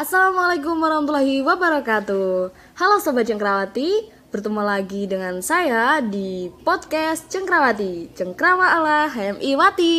Assalamualaikum warahmatullahi wabarakatuh. Halo Sobat Cengkrawati, bertemu lagi dengan saya di podcast Cengkrawati, Cengkrawa ala HMI Wati.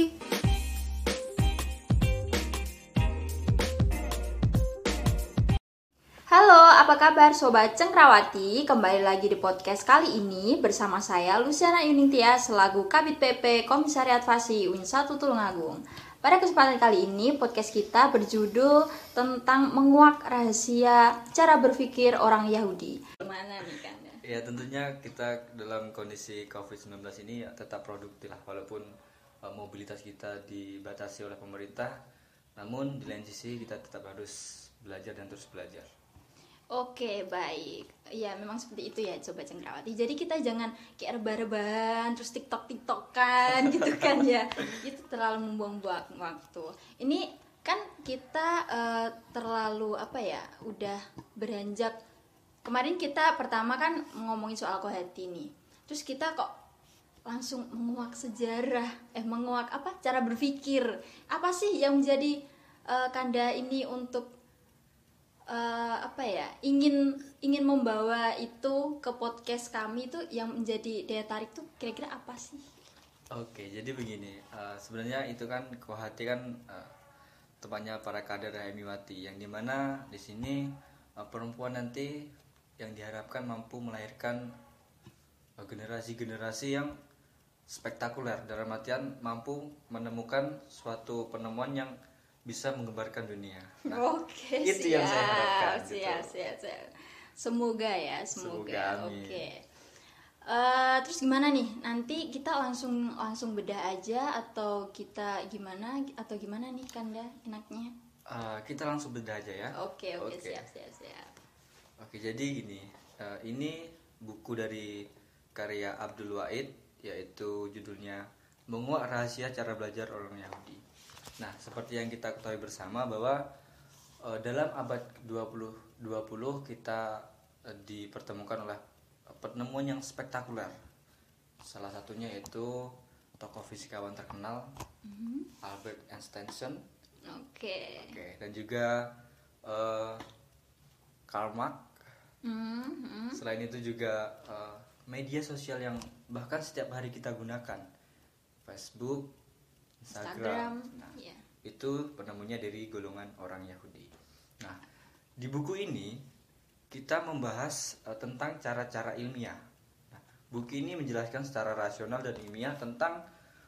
Halo, apa kabar Sobat Cengkrawati? Kembali lagi di podcast kali ini bersama saya Luciana Yuningtia selaku Kabid PP Komisariat Fasi UIN 1 Tulungagung. Pada kesempatan kali ini podcast kita berjudul tentang menguak rahasia cara berpikir orang Yahudi. Gimana nih kan? Ya tentunya kita dalam kondisi COVID-19 ini tetap produktif lah, walaupun mobilitas kita dibatasi oleh pemerintah, namun di lain sisi kita tetap harus belajar dan terus belajar. Oke, baik. Ya, memang seperti itu ya Sobat Cengkrawati. Jadi kita jangan kayak rebah-rebahan terus tiktokan gitu kan ya. Itu terlalu membuang-buang waktu. Ini kan kita terlalu udah beranjak. Kemarin kita pertama kan ngomongin soal Kohati nih. Terus kita kok langsung menguak sejarah, menguak cara berpikir. Apa sih yang menjadi Kanda ini untuk ingin membawa itu ke podcast kami itu, yang menjadi daya tarik tuh kira-kira apa sih? Oke, jadi begini, sebenarnya itu kan Kohati kan tempatnya para kader HMI Wati, yang dimana di sini perempuan nanti yang diharapkan mampu melahirkan generasi-generasi yang spektakuler, dalam artian mampu menemukan suatu penemuan yang bisa menggembarkan dunia. Nah, Oke, itu yang saya harapkan. Siap. Semoga ya, semoga. Amin. Oke. Terus gimana nih? Nanti kita langsung bedah aja atau kita gimana nih Kanda enaknya? Kita langsung bedah aja ya. Oke. Siap. Oke, jadi gini, ini buku dari karya Abdul Wahid, yaitu judulnya Menguak Rahasia Cara Belajar Orang Yahudi. Nah, seperti yang kita ketahui bersama bahwa dalam abad 20 kita dipertemukan oleh penemuan yang spektakuler. Salah satunya yaitu tokoh fisikawan terkenal Albert Einstein. Oke. Dan juga Karl Marx. Selain itu juga media sosial yang bahkan setiap hari kita gunakan, Facebook, Instagram. Nah, yeah. Itu penemunya dari golongan orang Yahudi. Nah, di buku ini kita membahas tentang cara-cara ilmiah. Nah, buku ini menjelaskan secara rasional dan ilmiah tentang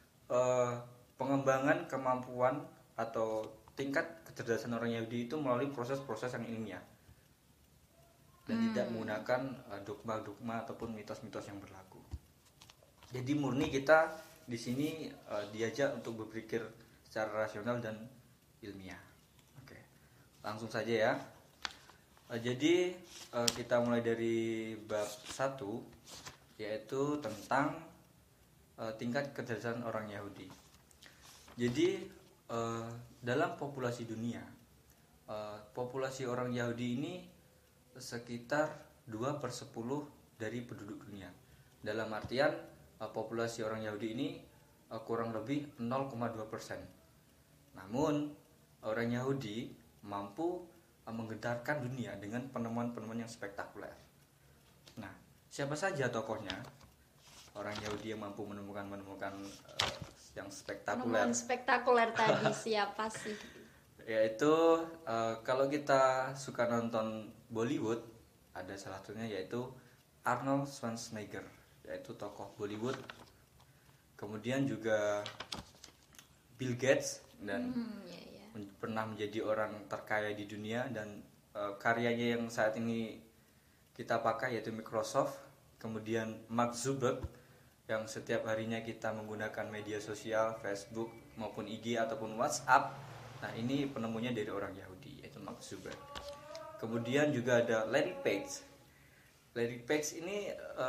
pengembangan kemampuan atau tingkat kecerdasan orang Yahudi itu melalui proses-proses yang ilmiah dan tidak menggunakan dogma-dogma ataupun mitos-mitos yang berlaku. Jadi murni kita di sini diajak untuk berpikir secara rasional dan ilmiah. Oke, langsung saja ya. Jadi kita mulai dari bab 1, yaitu tentang tingkat kecerdasan orang Yahudi. Jadi dalam populasi dunia, populasi orang Yahudi ini sekitar 2/10 dari penduduk dunia. Dalam artian populasi orang Yahudi ini kurang lebih 0,2%. Namun orang Yahudi mampu menggetarkan dunia dengan penemuan-penemuan yang spektakuler. Nah, siapa saja tokohnya? Orang Yahudi yang mampu menemukan yang spektakuler. Penemuan spektakuler tadi siapa sih? Yaitu kalau kita suka nonton Bollywood, ada salah satunya yaitu Arnold Schwarzenegger, yaitu tokoh Bollywood. Kemudian juga Bill Gates dan pernah menjadi orang terkaya di dunia, dan karyanya yang saat ini kita pakai yaitu Microsoft. Kemudian Mark Zuckerberg yang setiap harinya kita menggunakan media sosial Facebook maupun IG ataupun WhatsApp. Nah, ini penemunya dari orang Yahudi, yaitu Mark Zuckerberg. Kemudian juga ada Larry Page. Larry Page ini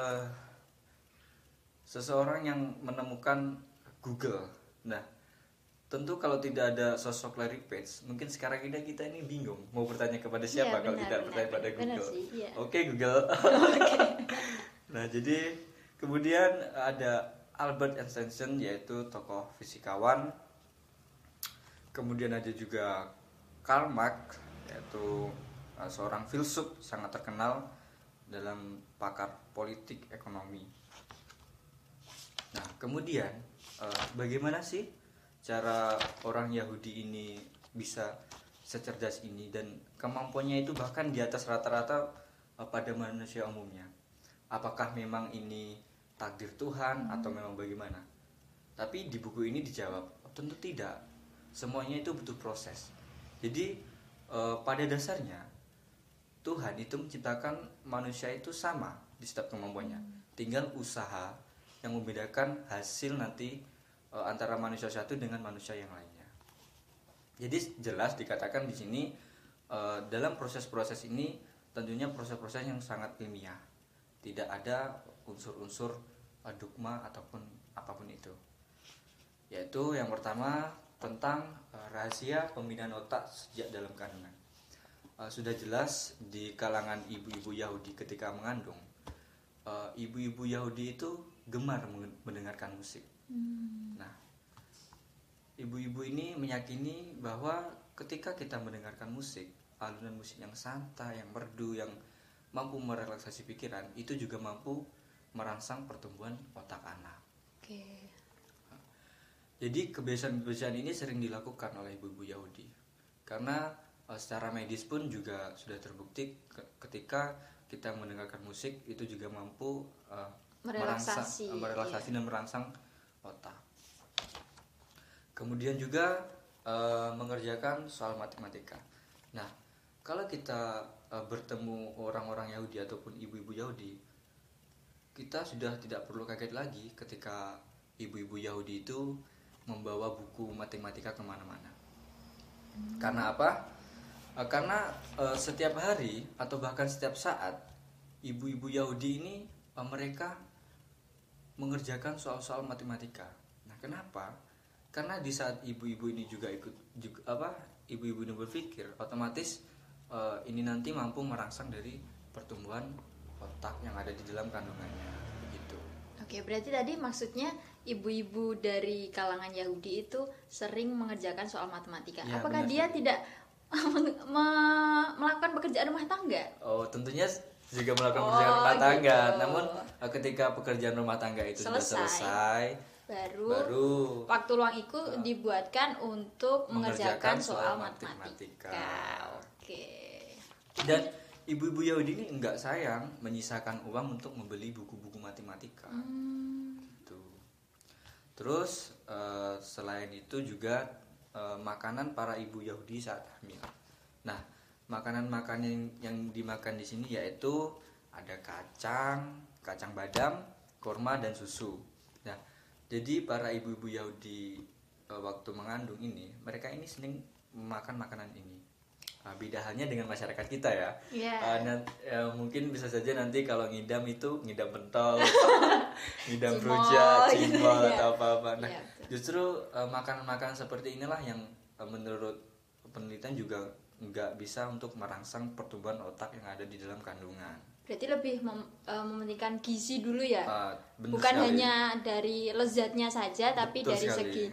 seseorang yang menemukan Google. Nah, tentu kalau tidak ada sosok Larry Page, mungkin sekarang kita ini bingung mau bertanya kepada siapa kalau tidak bertanya pada Google. Oke, Google. Nah, jadi kemudian ada Albert Einstein, yaitu tokoh fisikawan. Kemudian ada juga Karl Marx, yaitu seorang filsuf sangat terkenal dalam pakar politik ekonomi. Nah, kemudian bagaimana sih cara orang Yahudi ini bisa secerdas ini dan kemampuannya itu bahkan di atas rata-rata pada manusia umumnya? Apakah memang ini takdir Tuhan atau memang bagaimana? Tapi di buku ini dijawab, tentu tidak. Semuanya itu butuh proses. Jadi pada dasarnya Tuhan itu menciptakan manusia itu sama di setiap kemampuannya. Tinggal usaha yang membedakan hasil nanti antara manusia satu dengan manusia yang lainnya. Jadi jelas dikatakan di sini dalam proses-proses ini tentunya proses-proses yang sangat ilmiah. Tidak ada unsur-unsur dogma ataupun apapun itu. Yaitu yang pertama tentang rahasia pembinaan otak sejak dalam kandungan. Sudah jelas di kalangan ibu-ibu Yahudi ketika mengandung, ibu-ibu Yahudi itu gemar mendengarkan musik. Nah, ibu-ibu ini meyakini bahwa ketika kita mendengarkan musik, alunan musik yang santai, yang merdu, yang mampu merelaksasi pikiran, itu juga mampu merangsang pertumbuhan otak anak. Oke. Jadi kebiasaan-kebiasaan ini sering dilakukan oleh ibu-ibu Yahudi karena secara medis pun juga sudah terbukti ketika kita mendengarkan musik itu juga mampu Merelaksasi dan merangsang otak. Kemudian juga mengerjakan soal matematika. Nah, kalau kita bertemu orang-orang Yahudi ataupun ibu-ibu Yahudi, kita sudah tidak perlu kaget lagi ketika ibu-ibu Yahudi itu membawa buku matematika kemana-mana. Karena apa? Karena setiap hari atau bahkan setiap saat ibu-ibu Yahudi ini mereka mengerjakan soal-soal matematika. Nah, kenapa? Karena di saat ibu-ibu ini juga ibu-ibu ini berpikir, otomatis ini nanti mampu merangsang dari pertumbuhan otak yang ada di dalam kandungannya, begitu. Oke, berarti tadi maksudnya ibu-ibu dari kalangan Yahudi itu sering mengerjakan soal matematika. Ya, apakah benar. dia tidak melakukan pekerjaan rumah tangga? Oh, tentunya juga melakukan pekerjaan rumah tangga. Gitu. Namun ketika pekerjaan rumah tangga itu sudah selesai, baru waktu luang itu dibuatkan untuk mengerjakan soal matematika. Oke. Dan ibu-ibu Yahudi ini enggak sayang menyisakan uang untuk membeli buku-buku matematika. Gitu. Terus selain itu juga makanan para ibu Yahudi saat hamil. Nah, makanan-makanan yang dimakan di sini yaitu ada kacang badam, kurma dan susu. Nah, jadi para ibu-ibu Yahudi waktu mengandung ini, mereka ini sering memakan makanan ini. Beda halnya dengan masyarakat kita ya. Mungkin bisa saja nanti kalau ngidam itu ngidam pentol, ngidam rujak, cimol atau apa-apa. Nah, justru makanan-makanan seperti inilah yang menurut penelitian juga nggak bisa untuk merangsang pertumbuhan otak yang ada di dalam kandungan. Berarti lebih mementingkan gizi dulu ya, bukan sekali. Hanya dari lezatnya saja, tapi Betul dari sekali. segi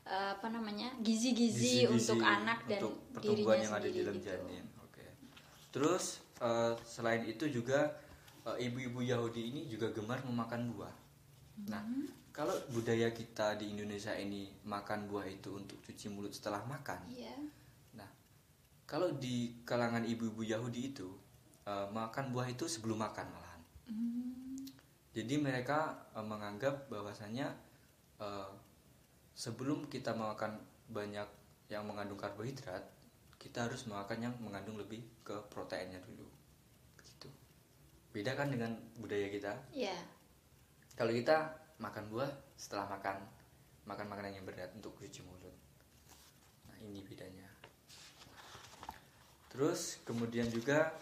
gizi-gizi untuk anak dan untuk dirinya pertumbuhan yang ada di sendiri dalam gitu. janin. Oke. Terus selain itu juga ibu-ibu Yahudi ini juga gemar memakan buah. Nah, kalau budaya kita di Indonesia ini makan buah itu untuk cuci mulut setelah makan. Iya. Nah, kalau di kalangan ibu-ibu Yahudi itu makan buah itu sebelum makan malahan. Jadi mereka menganggap bahwasanya sebelum kita makan banyak yang mengandung karbohidrat, kita harus makan yang mengandung lebih ke proteinnya dulu. Gitu. Beda kan dengan budaya kita? Iya. Kalau kita makan buah setelah makan makanan yang berat untuk cuci mulut. Nah, ini bedanya. Terus kemudian juga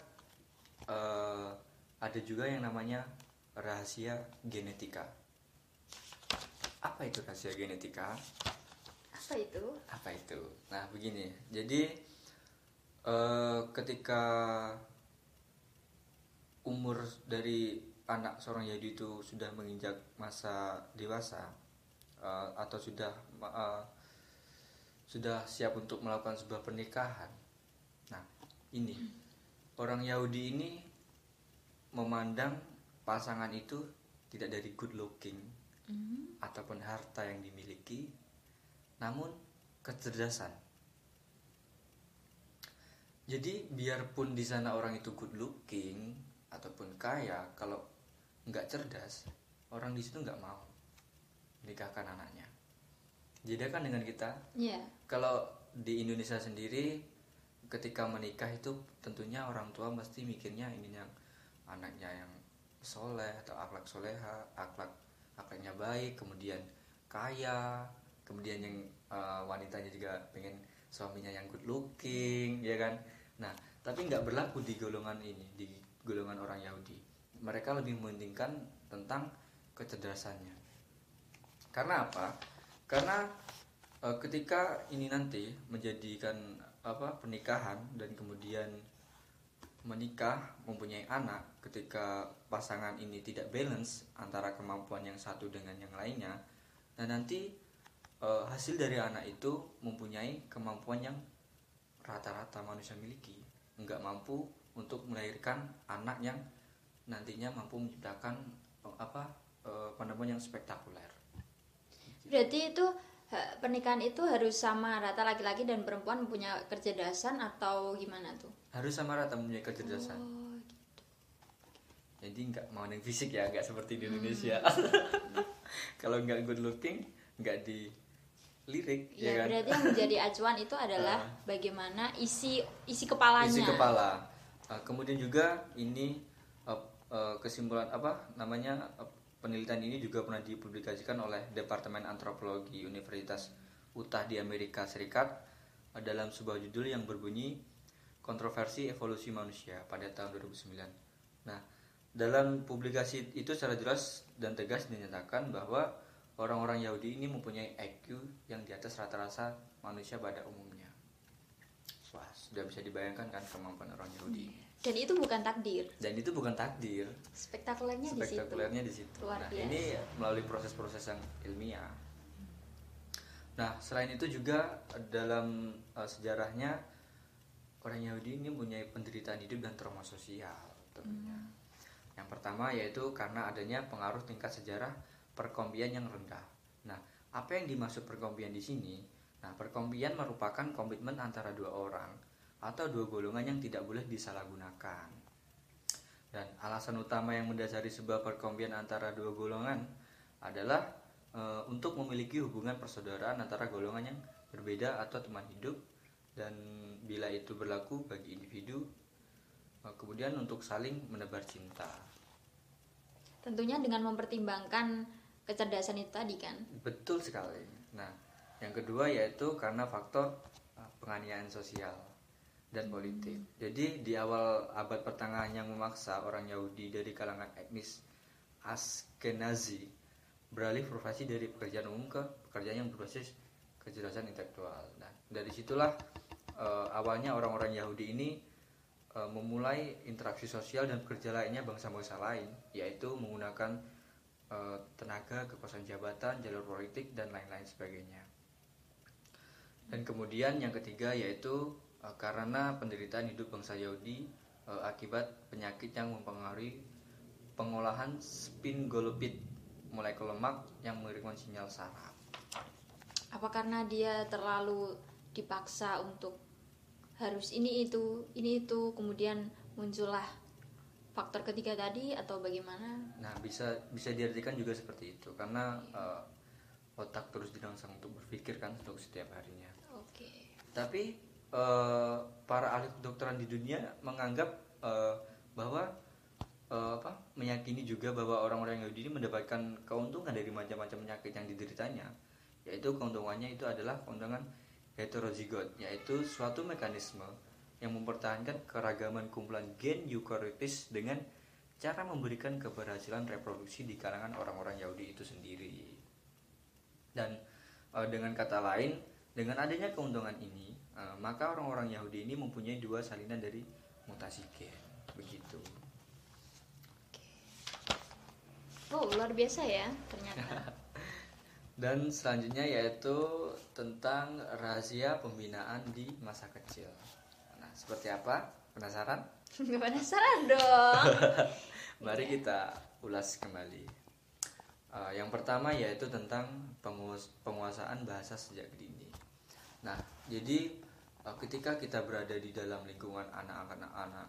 ada juga yang namanya rahasia genetika. Apa itu rahasia genetika? Apa itu? Nah, begini. Jadi ketika umur dari anak seorang Yahudi itu sudah menginjak masa dewasa atau sudah siap untuk melakukan sebuah pernikahan. Nah, ini orang Yahudi ini memandang pasangan itu tidak dari good looking ataupun harta yang dimiliki, namun kecerdasan. Jadi biarpun di sana orang itu good looking ataupun kaya, kalau nggak cerdas, orang di situ nggak mau menikahkan anaknya. Jadi kan dengan kita, kalau di Indonesia sendiri, ketika menikah itu tentunya orang tua mesti mikirnya ini yang anaknya yang soleh atau akhlak soleha, akhlaknya baik, kemudian kaya, kemudian yang wanitanya juga pengen suaminya yang good looking, ya kan? Nah, tapi nggak berlaku di golongan ini, di golongan orang Yahudi. Mereka lebih mementingkan tentang kecerdasannya. Karena apa? Karena ketika ini nanti menjadikan pernikahan dan kemudian menikah, mempunyai anak, ketika pasangan ini tidak balance antara kemampuan yang satu dengan yang lainnya, nah nanti hasil dari anak itu mempunyai kemampuan yang rata-rata manusia miliki, nggak mampu untuk melahirkan anak yang nantinya mampu menciptakan yang spektakuler. Berarti itu pernikahan itu harus sama rata laki-laki dan perempuan mempunyai kecerdasan atau gimana tuh? Harus sama rata mempunyai kecerdasan. Gitu. Jadi nggak memandang fisik ya, nggak seperti di Indonesia. Kalau nggak good looking, nggak dilirik. Ya, kan? berarti yang menjadi acuan itu adalah bagaimana isi kepalanya. Isi kepala. Kemudian juga ini kesimpulan penelitian ini juga pernah dipublikasikan oleh Departemen Antropologi Universitas Utah di Amerika Serikat dalam sebuah judul yang berbunyi Kontroversi Evolusi Manusia pada tahun 2009. Nah, dalam publikasi itu secara jelas dan tegas dinyatakan bahwa orang-orang Yahudi ini mempunyai IQ yang di atas rata-rata manusia pada umumnya. Wah, sudah bisa dibayangkan kan kemampuan orang Yahudi. Dan itu bukan takdir. Spektakulernya di situ. Nah, ini melalui proses-proses yang ilmiah. Nah, selain itu juga dalam sejarahnya orang Yahudi ini mempunyai penderitaan hidup dan trauma sosial tentunya. Yang pertama yaitu karena adanya pengaruh tingkat sejarah perkompian yang rendah. Nah, apa yang dimaksud perkompian di sini? Nah, perkompian merupakan komitmen antara dua orang atau dua golongan yang tidak boleh disalahgunakan. Dan alasan utama yang mendasari sebuah perkompian antara dua golongan adalah untuk memiliki hubungan persaudaraan antara golongan yang berbeda atau teman hidup, dan bila itu berlaku bagi individu, kemudian untuk saling menebar cinta. Tentunya dengan mempertimbangkan kecerdasan itu tadi kan? Betul sekali. Nah, yang kedua yaitu karena faktor penganiayaan sosial dan politik. Jadi di awal abad pertengahan yang memaksa orang Yahudi dari kalangan etnis Ashkenazi beralih profesi dari pekerjaan umum ke pekerjaan yang berbasis kecerdasan intelektual. Nah, dari situlah awalnya orang-orang Yahudi ini memulai interaksi sosial dan bekerja lainnya bangsa-bangsa lain, yaitu menggunakan tenaga, kekuasaan jabatan, jalur politik dan lain-lain sebagainya. Dan kemudian yang ketiga yaitu karena penderitaan hidup bangsa Yahudi akibat penyakit yang mempengaruhi pengolahan sphingolipid, molekul lemak yang mengirimkan sinyal saraf. Apa karena dia terlalu dipaksa untuk harus ini itu kemudian muncullah faktor ketiga tadi atau bagaimana? Nah, bisa diartikan juga seperti itu karena otak terus dirangsang untuk berpikir kan untuk setiap harinya. Oke. Tapi para ahli kedokteran di dunia menganggap bahwa meyakini juga bahwa orang-orang Yahudi ini mendapatkan keuntungan dari macam-macam penyakit yang dideritanya, yaitu keuntungannya itu adalah keuntungan heterozigot, yaitu suatu mekanisme yang mempertahankan keragaman kumpulan gen eukaryotis dengan cara memberikan keberhasilan reproduksi di kalangan orang-orang Yahudi itu sendiri. Dan dengan kata lain, dengan adanya keuntungan ini, maka orang-orang Yahudi ini mempunyai dua salinan dari mutasi gen, begitu. Oh, luar biasa ya ternyata. Dan selanjutnya yaitu tentang rahasia pembinaan di masa kecil. Nah, seperti apa? Penasaran? Nggak penasaran dong. Mari kita ulas kembali. Yang pertama yaitu tentang penguasaan bahasa sejak dini. Nah, jadi ketika kita berada di dalam lingkungan anak-anak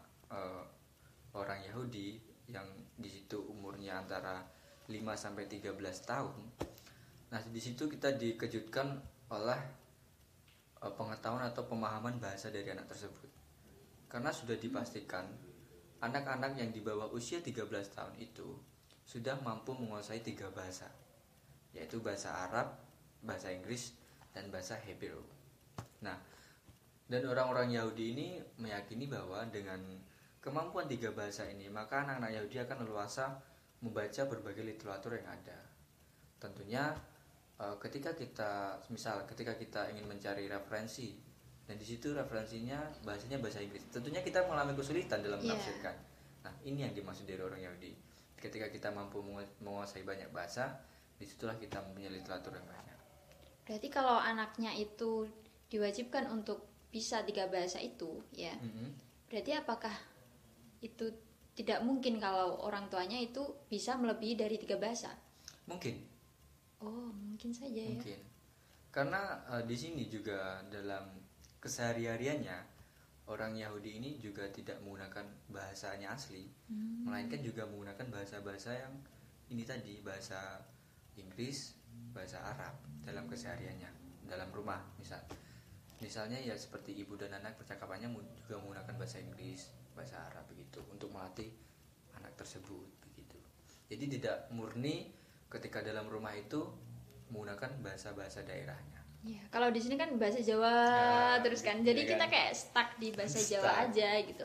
orang Yahudi yang di situ umurnya antara 5 sampai 13 tahun. Nah, di situ kita dikejutkan oleh pengetahuan atau pemahaman bahasa dari anak tersebut. Karena sudah dipastikan anak-anak yang di bawah usia 13 tahun itu sudah mampu menguasai 3 bahasa, yaitu bahasa Arab, bahasa Inggris, dan bahasa Hebrew. Nah, dan orang-orang Yahudi ini meyakini bahwa dengan kemampuan 3 bahasa ini, maka anak-anak Yahudi akan leluasa membaca berbagai literatur yang ada. Tentunya ketika kita ingin mencari referensi, dan di situ referensinya bahasanya bahasa Inggris, tentunya kita mengalami kesulitan dalam menafsirkan. Nah, ini yang dimaksud dari orang Yahudi. Ketika kita mampu menguasai banyak bahasa, disitulah kita mempunyai literatur yang banyak. Berarti kalau anaknya itu diwajibkan untuk bisa 3 bahasa itu, ya. Berarti apakah itu tidak mungkin kalau orang tuanya itu bisa melebihi dari 3 bahasa? Mungkin. Oh, mungkin saja ya. Mungkin. Karena di sini juga dalam kesehari-hariannya orang Yahudi ini juga tidak menggunakan bahasanya asli, melainkan juga menggunakan bahasa-bahasa yang ini tadi, bahasa Inggris, bahasa Arab dalam kesehariannya, dalam rumah misalnya ya seperti ibu dan anak percakapannya juga menggunakan bahasa Inggris, bahasa Arab begitu untuk melatih anak tersebut begitu. Jadi tidak murni ketika dalam rumah itu menggunakan bahasa-bahasa daerahnya. Ya, kalau di sini kan bahasa Jawa terus kan. Jadi kita kayak stuck di bahasa Jawa aja gitu.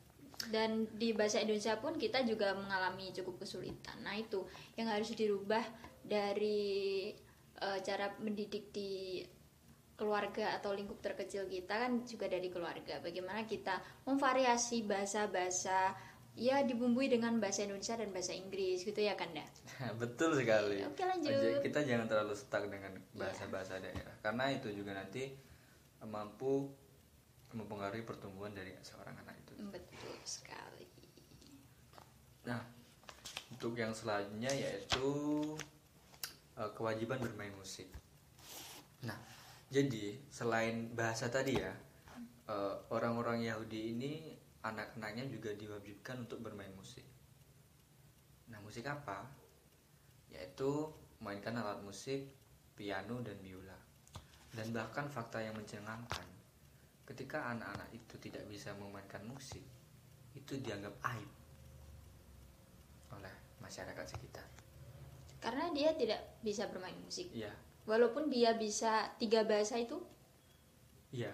Dan di bahasa Indonesia pun kita juga mengalami cukup kesulitan. Nah, itu yang harus dirubah dari cara mendidik di keluarga atau lingkup terkecil kita kan juga dari keluarga. Bagaimana kita memvariasi bahasa-bahasa, ya dibumbui dengan bahasa Indonesia dan bahasa Inggris gitu ya Kanda. Betul sekali. Oke, lanjut. Kita jangan terlalu stuck dengan bahasa-bahasa daerah, karena itu juga nanti mampu mempengaruhi pertumbuhan dari seorang anak itu. Betul sekali. Nah, untuk yang selanjutnya yaitu kewajiban bermain musik. Nah, jadi selain bahasa tadi ya, orang-orang Yahudi ini anak-anaknya juga diwajibkan untuk bermain musik. Nah, musik apa? Yaitu mainkan alat musik, piano dan biola. Dan bahkan fakta yang mencengangkan, ketika anak-anak itu tidak bisa memainkan musik, itu dianggap aib oleh masyarakat sekitar. Karena dia tidak bisa bermain musik. Iya. Walaupun dia bisa 3 bahasa itu. Iya.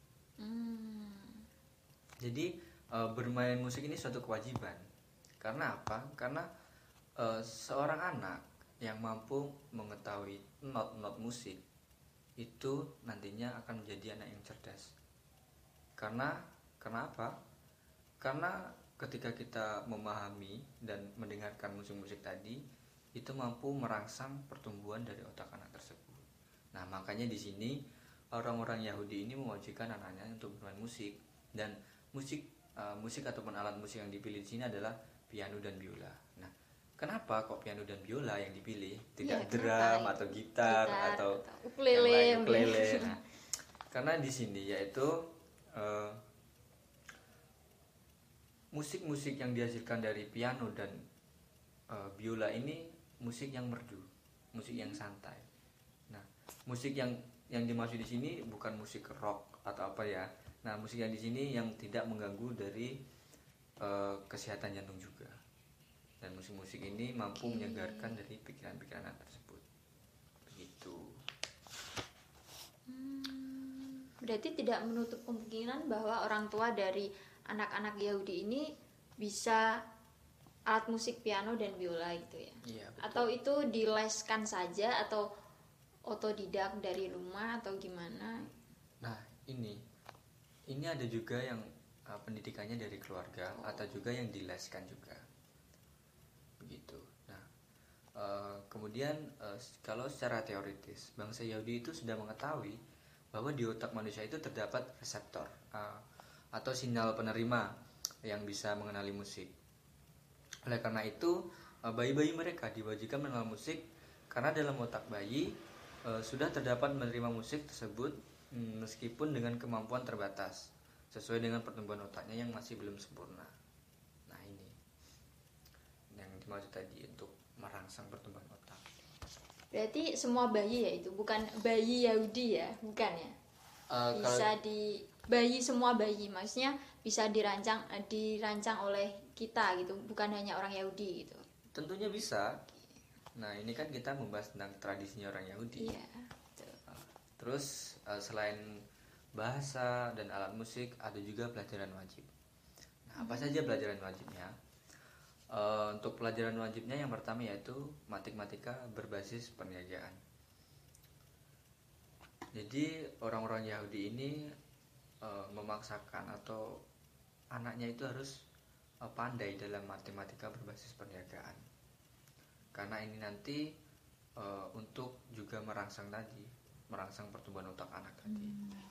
Jadi bermain musik ini suatu kewajiban. Karena apa? Karena seorang anak yang mampu mengetahui not-not musik itu nantinya akan menjadi anak yang cerdas. Kenapa? Karena ketika kita memahami dan mendengarkan musik-musik tadi, itu mampu merangsang pertumbuhan dari otak anak tersebut. Nah, makanya di sini orang-orang Yahudi ini mewajibkan anaknya untuk bermain musik, dan musik ataupun alat musik yang dipilih di sini adalah piano dan biola. Nah, kenapa kok piano dan biola yang dipilih, tidak drum atau gitar atau ukulele? Nah, karena di sini yaitu musik-musik yang dihasilkan dari piano dan biola ini musik yang merdu, musik yang santai. Nah, musik yang dimaksud di sini bukan musik rock atau apa ya. Nah, musik yang di sini yang tidak mengganggu dari kesehatan jantung juga. Dan musik-musik ini mampu menyegarkan dari pikiran-pikiran anak tersebut. Begitu. Berarti tidak menutup kemungkinan bahwa orang tua dari anak-anak Yahudi ini bisa alat musik piano dan biola gitu ya. Iya, betul. Atau itu dileskan saja atau otodidak dari rumah atau gimana? Nah, ini ada juga yang pendidikannya dari keluarga atau juga yang dileskan juga. Begitu. Nah, kemudian kalau secara teoritis, bangsa Yahudi itu sudah mengetahui bahwa di otak manusia itu terdapat reseptor atau sinyal penerima yang bisa mengenali musik. Oleh karena itu, bayi-bayi mereka diwajibkan mengenal musik karena dalam otak bayi sudah terdapat menerima musik tersebut meskipun dengan kemampuan terbatas sesuai dengan pertumbuhan otaknya yang masih belum sempurna. Nah, ini yang dimaksud tadi untuk merangsang pertumbuhan otak. Berarti semua bayi ya itu, bukan bayi Yahudi ya, bukan ya? Bisa bayi, semua bayi, maksudnya bisa dirancang oleh kita gitu, bukan hanya orang Yahudi gitu. Tentunya bisa. Nah, ini kan kita membahas tentang tradisinya orang Yahudi. Iya, betul. Terus selain bahasa dan alat musik, ada juga pelajaran wajib. Nah, apa saja pelajaran wajibnya? Untuk pelajaran wajibnya yang pertama yaitu matematika berbasis perniagaan. Jadi orang-orang Yahudi ini memaksakan atau anaknya itu harus pandai dalam matematika berbasis perniagaan. Karena ini nanti untuk juga merangsang pertumbuhan otak anak tadi.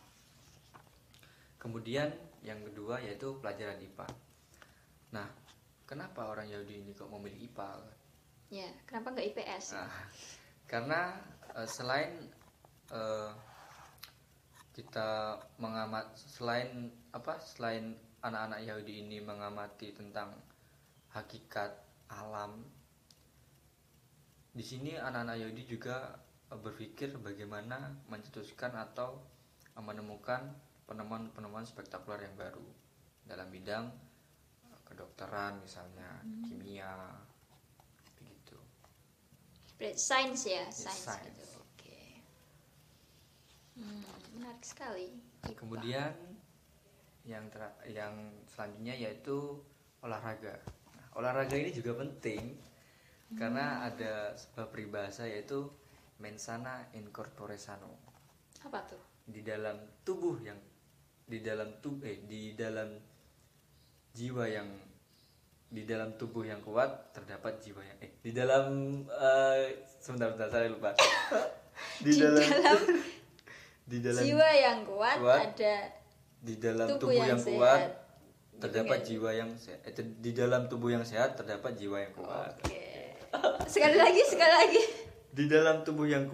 Kemudian yang kedua yaitu pelajaran IPA. Nah, kenapa orang Yahudi ini kok memilih IPA? Ya, kenapa nggak IPS? Nah, karena selain kita selain anak-anak Yahudi ini mengamati tentang hakikat alam, di sini anak-anak Yahudi juga berpikir bagaimana mencetuskan atau menemukan penemuan-penemuan spektakuler yang baru dalam bidang kedokteran misalnya, kimia, begitu. Sains ya, sains. Sains. Gitu. Oke. Menarik sekali. IPA. Kemudian yang selanjutnya yaitu olahraga. Nah, olahraga ini juga penting karena ada sebuah peribahasa yaitu mens sana in corpore sano. Apa tuh? Di dalam tubuh yang kuat terdapat jiwa yang sebentar saya lupa. di dalam jiwa yang kuat ada di dalam tubuh yang kuat terdapat jiwa yang sehat. Di dalam tubuh yang sehat terdapat jiwa yang kuat. Oke. Sekali lagi. Di dalam tubuh yang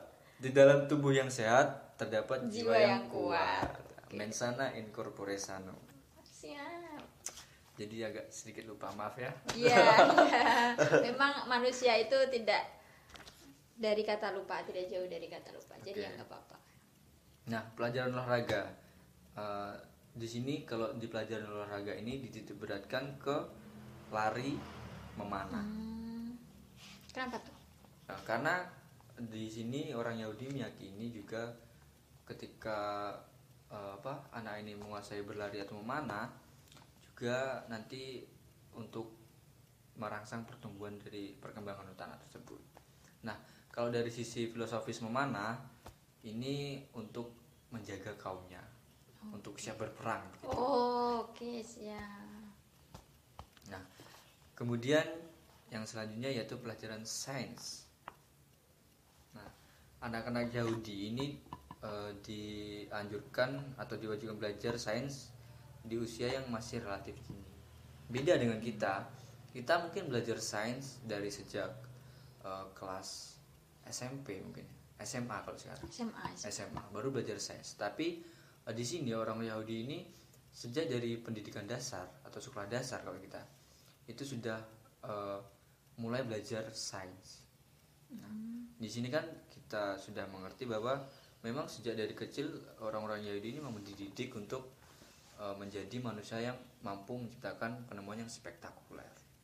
sehat terdapat jiwa yang kuat. Okay. Mens sana in corpore sano. Siap. Jadi agak sedikit lupa, maaf ya. Iya. Memang manusia itu tidak dari kata lupa, tidak jauh dari kata lupa. Jadi ya nggak apa-apa. Nah, pelajaran olahraga. Di sini kalau di pelajaran olahraga ini dititik beratkan ke lari memanah. Kenapa tuh? Nah, karena di sini orang Yahudi meyakini juga ketika anak ini menguasai berlari atau memanah juga nanti untuk merangsang pertumbuhan dari perkembangan otak anak tersebut. Nah, kalau dari sisi filosofis memanah ini untuk menjaga kaumnya, untuk siap berperang. Gitu. Oke, siap. Nah, kemudian yang selanjutnya yaitu pelajaran sains. Nah, anak-anak Yahudi ini dianjurkan atau diwajibkan belajar sains di usia yang masih relatif dini. Beda dengan kita mungkin belajar sains dari sejak kelas SMP mungkin, SMA kalau sekarang. SMA baru belajar sains. Tapi di sini orang Yahudi ini sejak dari pendidikan dasar atau sekolah dasar kalau kita itu sudah mulai belajar sains. Nah, di sini kan kita sudah mengerti bahwa memang sejak dari kecil orang-orang Yahudi ini memang dididik untuk menjadi manusia yang mampu menciptakan penemuan yang spektakuler.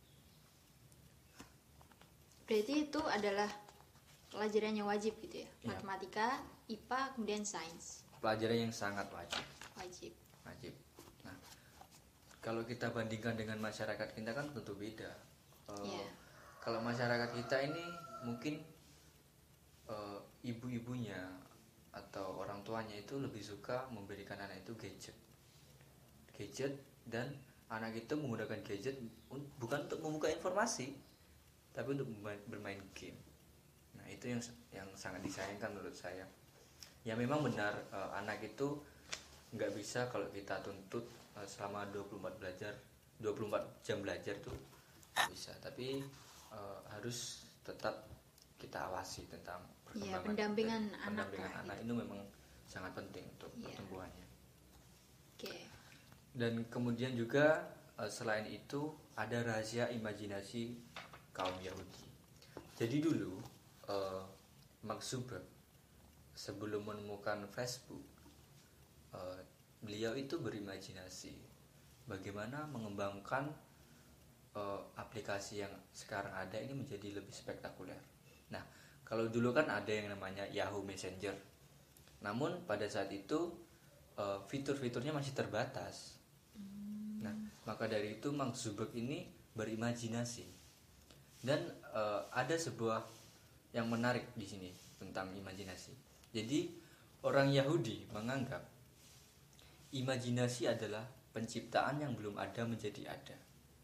Berarti itu adalah pelajaran yang wajib gitu ya? Matematika, IPA, kemudian sains. Pelajaran yang sangat wajib. Wajib. Nah, kalau kita bandingkan dengan masyarakat kita kan tentu beda. Kalau masyarakat kita ini mungkin ibu-ibunya atau orang tuanya itu lebih suka memberikan anak itu gadget dan anak itu menggunakan gadget bukan untuk membuka informasi tapi untuk bermain game. Nah, itu yang sangat disayangkan menurut saya. Ya memang benar anak itu nggak bisa kalau kita tuntut selama 24 jam belajar tuh nggak bisa, tapi harus tetap kita awasi tentang perkembangan pendampingan anak anak itu memang sangat penting untuk pertumbuhannya. Oke. Dan kemudian juga selain itu ada rahasia imajinasi kaum Yahudi. Jadi dulu Mark Zuckerberg sebelum menemukan Facebook, beliau itu berimajinasi bagaimana mengembangkan aplikasi yang sekarang ada ini menjadi lebih spektakuler. Nah, kalau dulu kan ada yang namanya Yahoo Messenger, namun pada saat itu fitur-fiturnya masih terbatas. Nah, maka dari itu Mark Zuckerberg ini berimajinasi. Dan ada sebuah yang menarik di sini tentang imajinasi. Jadi orang Yahudi menganggap imajinasi adalah penciptaan yang belum ada menjadi ada.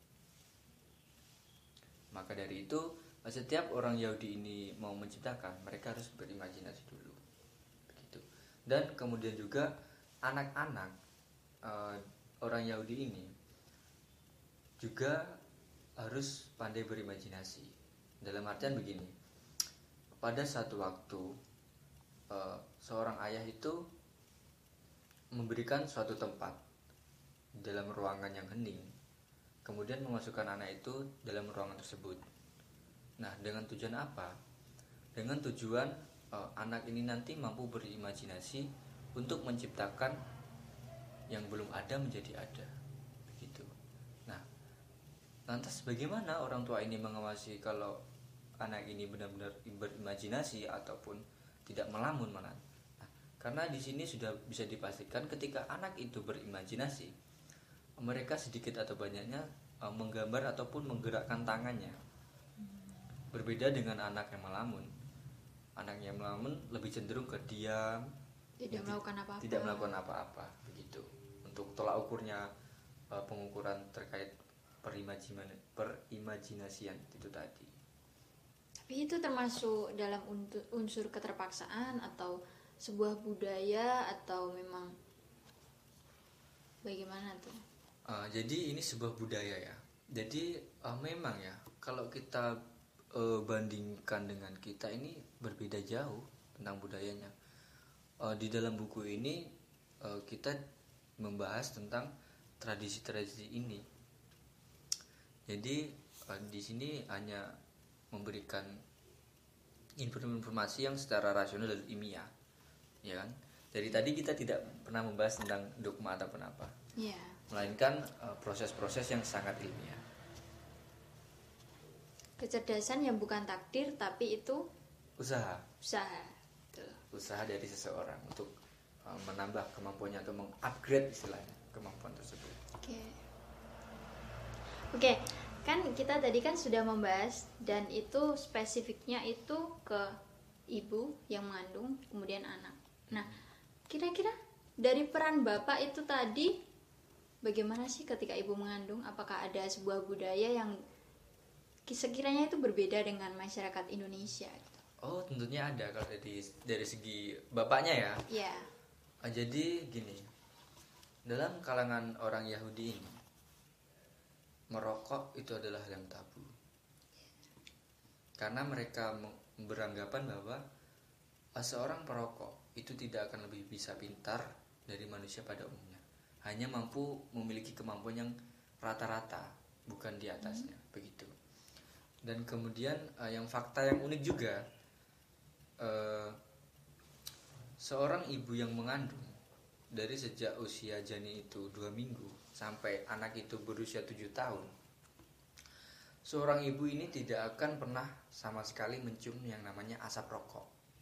Maka dari itu setiap orang Yahudi ini mau menciptakan, mereka harus berimajinasi dulu. Begitu. Dan kemudian juga anak-anak orang Yahudi ini juga harus pandai berimajinasi. Dalam artian begini, pada satu waktu seorang ayah itu memberikan suatu tempat dalam ruangan yang hening, kemudian memasukkan anak itu dalam ruangan tersebut. Nah, dengan tujuan apa? Dengan tujuan anak ini nanti mampu berimajinasi untuk menciptakan yang belum ada menjadi ada. Begitu. Nah, lantas bagaimana orang tua ini mengawasi kalau anak ini benar-benar berimajinasi ataupun tidak melamun malah? Nah, karena di sini sudah bisa dipastikan ketika anak itu berimajinasi, mereka sedikit atau banyaknya menggambar ataupun menggerakkan tangannya. Berbeda dengan anak yang melamun. Anak yang melamun lebih cenderung ke diam, tidak melakukan apa-apa begitu. Untuk tolak ukurnya pengukuran terkait perimajinasian itu tadi. Tapi itu termasuk dalam unsur keterpaksaan atau sebuah budaya atau memang bagaimana tuh? Jadi ini sebuah budaya ya. Jadi memang ya kalau kita bandingkan dengan kita ini berbeda jauh tentang budayanya. Di dalam buku ini kita membahas tentang tradisi-tradisi ini. Jadi di sini hanya memberikan informasi yang secara rasional dan ilmiah, ya kan? Dari tadi kita tidak pernah membahas tentang dogma ataupun apa, melainkan proses-proses yang sangat ilmiah. Kecerdasan yang bukan takdir tapi itu Usaha Tuh. Usaha dari seseorang untuk menambah kemampuannya atau mengupgrade istilahnya kemampuan tersebut. Oke, kan kita tadi kan sudah membahas dan itu spesifiknya itu ke ibu yang mengandung kemudian anak. Nah, kira-kira dari peran bapak itu tadi bagaimana sih ketika ibu mengandung? Apakah ada sebuah budaya yang sekiranya itu berbeda dengan masyarakat Indonesia? Oh, tentunya ada kalau dari segi bapaknya ya. Iya. Jadi gini, dalam kalangan orang Yahudi ini, merokok itu adalah hal yang tabu. Karena mereka beranggapan bahwa seorang perokok itu tidak akan lebih bisa pintar dari manusia pada umumnya. Hanya mampu memiliki kemampuan yang rata-rata, bukan di atasnya, begitu. Dan kemudian yang fakta yang unik juga, seorang ibu yang mengandung dari sejak usia janin itu 2 minggu sampai anak itu berusia 7 tahun, seorang ibu ini tidak akan pernah sama sekali mencium yang namanya asap rokok.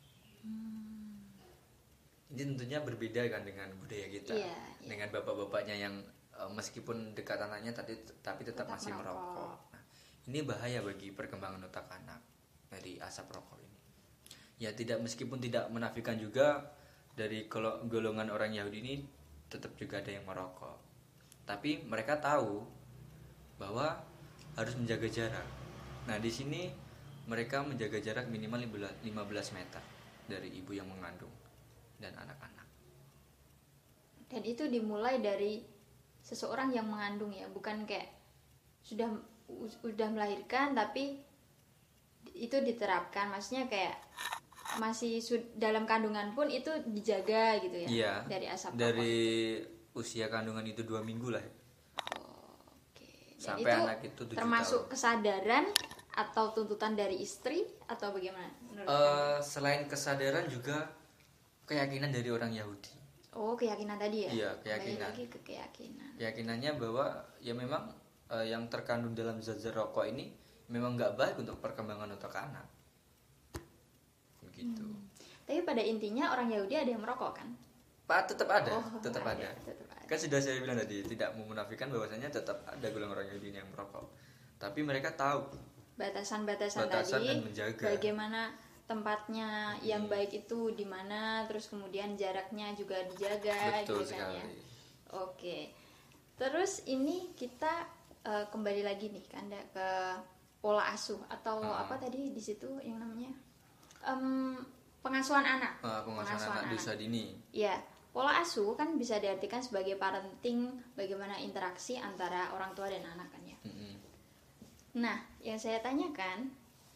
Ini tentunya berbeda kan dengan budaya kita, dengan bapak-bapaknya yang meskipun dekat anaknya tapi tetap masih merokok. Nah, ini bahaya bagi perkembangan otak anak dari asap rokok ini. Ya meskipun tidak menafikan juga dari golongan orang Yahudi ini tetap juga ada yang merokok. Tapi mereka tahu bahwa harus menjaga jarak. Nah, di sini mereka menjaga jarak minimal 15 meter dari ibu yang mengandung dan anak-anak. Dan itu dimulai dari seseorang yang mengandung ya, bukan kayak sudah melahirkan tapi itu diterapkan, maksudnya kayak masih dalam kandungan pun itu dijaga gitu ya. Iya. Dari asap dari rokok. usia kandungan itu 2 minggu lah. Oke. Dan Sampai itu anak itu 7 termasuk tahun. kesadaran atau tuntutan dari istri atau bagaimana menurut Selain kesadaran juga keyakinan dari orang Yahudi. Oh, keyakinan tadi ya? Iya, Kembali keyakinan. lagi ke keyakinan. Keyakinannya bahwa ya memang yang terkandung dalam zat-zat rokok ini memang nggak baik untuk perkembangan otak anak. Begitu. Tapi pada intinya orang Yahudi ada yang merokok kan? Pak, tetap ada, Oh, tetap ada. tetap ada. Kan sudah saya bilang tadi, tidak memunafikan bahwasanya tetap ada golongan orang Yahudi yang merokok. Tapi mereka tahu Batasan-batasan batasan tadi, dan menjaga. bagaimana tempatnya yang baik itu di mana, terus kemudian jaraknya juga dijaga Betul gitu kan sekali. ya. Oke. Terus ini kita kembali lagi nih Kanda ke pola asuh atau apa tadi di situ yang namanya pengasuhan anak. Pengasuhan anak di usia dini. Ya, pola asuh kan bisa diartikan sebagai parenting, bagaimana interaksi antara orang tua dan anak kan ya. Mm-mm. Nah, yang saya tanyakan,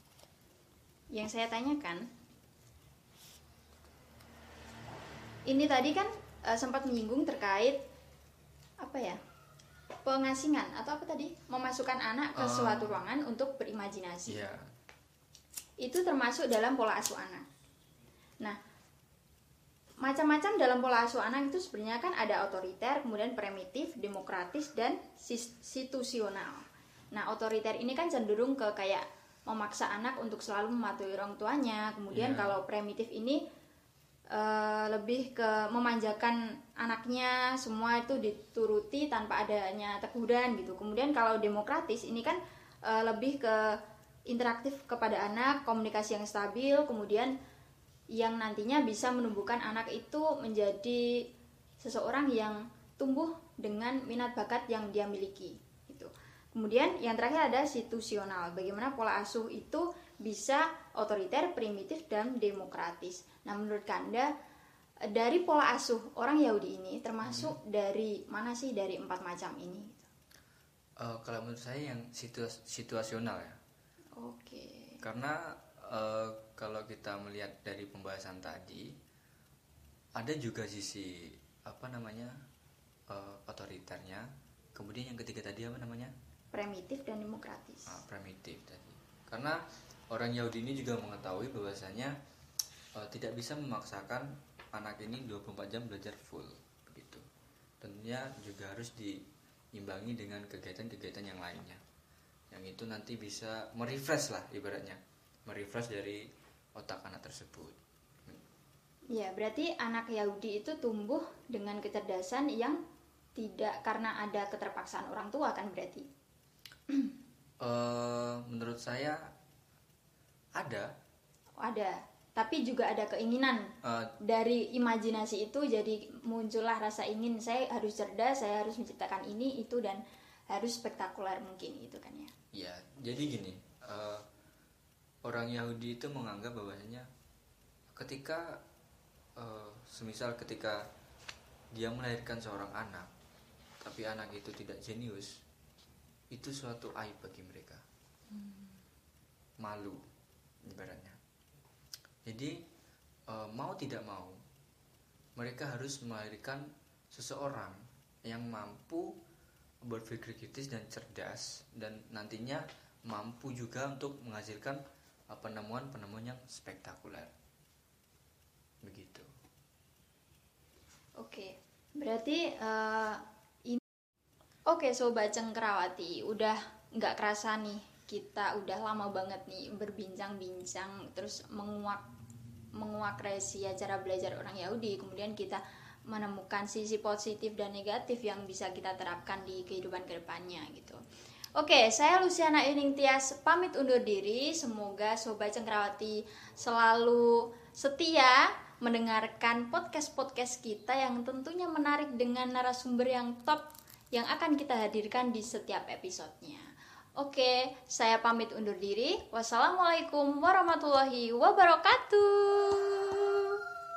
ini tadi kan sempat menyinggung terkait apa ya, pengasingan atau apa tadi, memasukkan anak ke suatu ruangan untuk berimajinasi. Iya. Itu termasuk dalam pola asuh anak. Nah, macam-macam dalam pola asuh anak itu sebenarnya kan ada otoriter, kemudian primitif, demokratis, dan situasional. Nah, otoriter ini kan cenderung ke kayak memaksa anak untuk selalu mematuhi orang tuanya. Kemudian kalau primitif ini lebih ke memanjakan anaknya, semua itu dituruti tanpa adanya teguran gitu. Kemudian kalau demokratis ini kan lebih ke interaktif kepada anak, komunikasi yang stabil, kemudian yang nantinya bisa menumbuhkan anak itu menjadi seseorang yang tumbuh dengan minat bakat yang dia miliki gitu. Kemudian yang terakhir ada situasional, bagaimana pola asuh itu bisa otoriter, primitif, dan demokratis. Nah, menurut Kanda, dari pola asuh orang Yahudi ini termasuk dari mana sih dari 4 macam ini? Kalau menurut saya yang situasional ya. Oke. Karena kalau kita melihat dari pembahasan tadi, ada juga sisi otoriternya. Kemudian yang ketiga tadi apa namanya? Primitif dan demokratis. Primitif tadi. Karena orang Yahudi ini juga mengetahui bahwasanya tidak bisa memaksakan anak ini 24 jam belajar full begitu. Tentunya juga harus diimbangi dengan kegiatan-kegiatan yang lainnya. Yang itu nanti bisa merefresh lah ibaratnya. Merefresh dari otak anak tersebut. Ya, berarti anak Yahudi itu tumbuh dengan kecerdasan yang tidak karena ada keterpaksaan orang tua kan berarti? Menurut saya ada. Tapi juga ada keinginan dari imajinasi itu, jadi muncullah rasa ingin saya harus cerdas, saya harus menciptakan ini itu dan harus spektakuler mungkin itu kan ya. Ya, jadi gini, orang Yahudi itu menganggap bahwasanya ketika semisal ketika dia melahirkan seorang anak, tapi anak itu tidak jenius, itu suatu aib bagi mereka, malu ibaratnya. Jadi mau tidak mau mereka harus melahirkan seseorang yang mampu berpikir kritis dan cerdas, dan nantinya mampu juga untuk menghasilkan penemuan-penemuan yang spektakuler begitu. Oke, berarti Oke, Sobat Cengkrawati, udah nggak kerasa nih kita udah lama banget nih berbincang-bincang, terus menguak rahasia cara belajar orang Yahudi. Kemudian kita menemukan sisi positif dan negatif yang bisa kita terapkan di kehidupan kedepannya gitu. Oke, saya Luciana Yuning Tias pamit undur diri. Semoga Sobat Cengkrawati selalu setia mendengarkan podcast-podcast kita yang tentunya menarik dengan narasumber yang top yang akan kita hadirkan di setiap episodenya. Oke, saya pamit undur diri. Wassalamualaikum warahmatullahi wabarakatuh.